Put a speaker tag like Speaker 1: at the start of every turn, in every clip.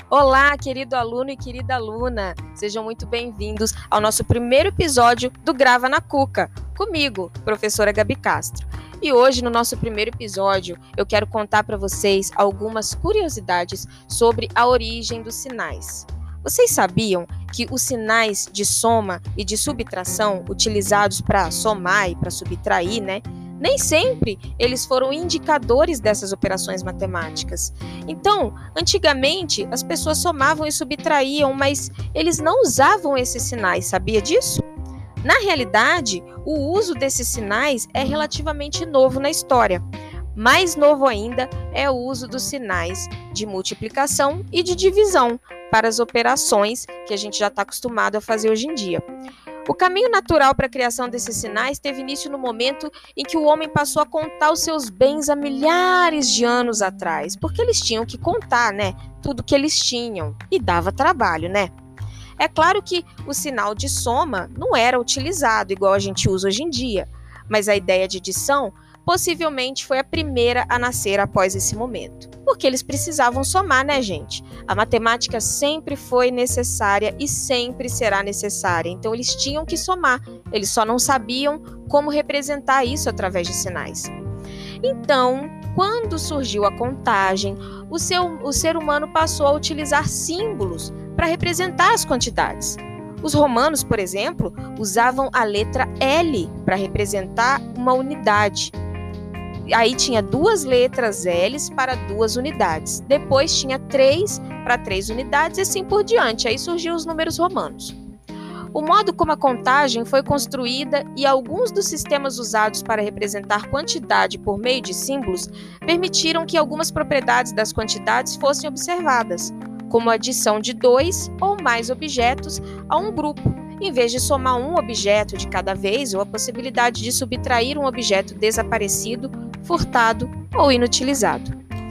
Speaker 1: Olá, querido aluno e querida aluna, sejam muito bem-vindos ao nosso primeiro episódio do Grava na Cuca, comigo, professora Gabi Castro. E hoje, no nosso primeiro episódio, eu quero contar para vocês algumas curiosidades sobre a origem dos sinais. Vocês sabiam que os sinais de soma e de subtração utilizados para somar e para subtrair, nem sempre eles foram indicadores dessas operações matemáticas. Então, antigamente, as pessoas somavam e subtraíam, mas eles não usavam esses sinais, sabia disso? Na realidade, o uso desses sinais é relativamente novo na história. Mais novo ainda é o uso dos sinais de multiplicação e de divisão para as operações que a gente já está acostumado a fazer hoje em dia. O caminho natural para a criação desses sinais teve início no momento em que o homem passou a contar os seus bens há milhares de anos atrás, porque eles tinham que contar, tudo que eles tinham, e dava trabalho, É claro que o sinal de soma não era utilizado igual a gente usa hoje em dia, mas a ideia de adição possivelmente foi a primeira a nascer após esse momento. Porque eles precisavam somar, gente? A matemática sempre foi necessária e sempre será necessária, então eles tinham que somar, eles só não sabiam como representar isso através de sinais. Então, quando surgiu a contagem, o ser humano passou a utilizar símbolos para representar as quantidades. Os romanos, por exemplo, usavam a letra L para representar uma unidade. Aí tinha 2 letras L's para 2 unidades. Depois tinha 3 para 3 unidades e assim por diante. Aí surgiram os números romanos. O modo como a contagem foi construída e alguns dos sistemas usados para representar quantidade por meio de símbolos permitiram que algumas propriedades das quantidades fossem observadas, como a adição de 2 ou mais objetos a um grupo, em vez de somar um objeto de cada vez ou a possibilidade de subtrair um objeto desaparecido, furtado ou inutilizado.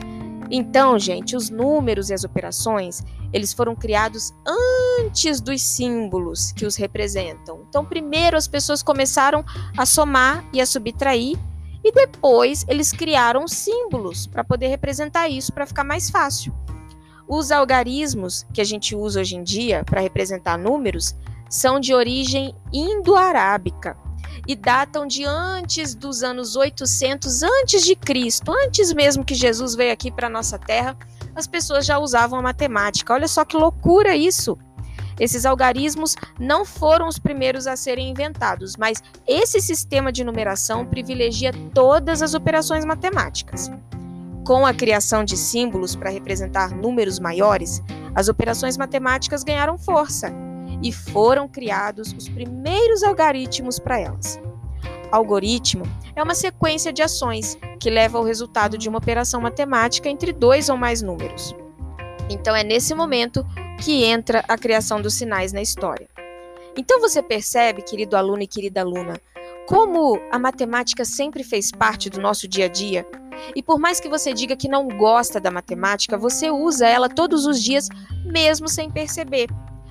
Speaker 1: Então, gente, os números e as operações, eles foram criados antes dos símbolos que os representam. Então, primeiro as pessoas começaram a somar e a subtrair, e depois eles criaram símbolos para poder representar isso, para ficar mais fácil. Os algarismos que a gente usa hoje em dia para representar números são de origem indo-arábica e datam de antes dos anos 800 antes de Cristo, antes mesmo que Jesus veio aqui para a nossa terra, as pessoas já usavam a matemática. Olha só que loucura isso! Esses algarismos não foram os primeiros a serem inventados, mas esse sistema de numeração privilegia todas as operações matemáticas. Com a criação de símbolos para representar números maiores, as operações matemáticas ganharam força e foram criados os primeiros algoritmos para elas. Algoritmo é uma sequência de ações que leva ao resultado de uma operação matemática entre 2 ou mais números. Então é nesse momento que entra a criação dos sinais na história. Então você percebe, querido aluno e querida aluna, como a matemática sempre fez parte do nosso dia a dia? E por mais que você diga que não gosta da matemática, você usa ela todos os dias, mesmo sem perceber.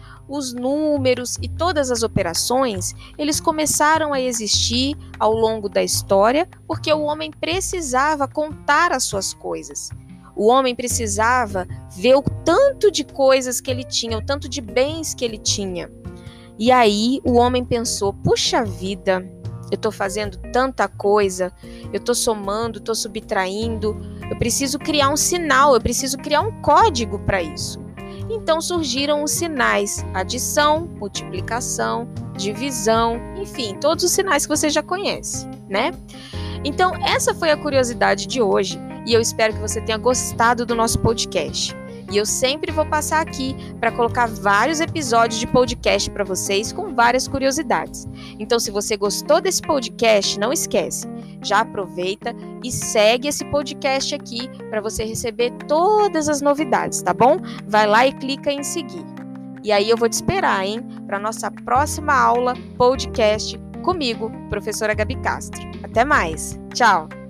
Speaker 1: Os números e todas as operações, eles começaram a existir ao longo da história porque o homem precisava contar as suas coisas. O homem precisava ver o tanto de coisas que ele tinha, o tanto de bens que ele tinha. E aí o homem pensou, puxa vida, eu estou fazendo tanta coisa, eu estou somando, estou subtraindo, eu preciso criar um sinal, eu preciso criar um código para isso. Então surgiram os sinais, adição, multiplicação, divisão, enfim, todos os sinais que você já conhece, Então essa foi a curiosidade de hoje e eu espero que você tenha gostado do nosso podcast. E eu sempre vou passar aqui para colocar vários episódios de podcast para vocês com várias curiosidades. Então, se você gostou desse podcast, não esquece, já aproveita e segue esse podcast aqui para você receber todas as novidades, tá bom? Vai lá e clica em seguir. E aí eu vou te esperar, para nossa próxima aula podcast comigo, professora Gabi Castro. Até mais. Tchau!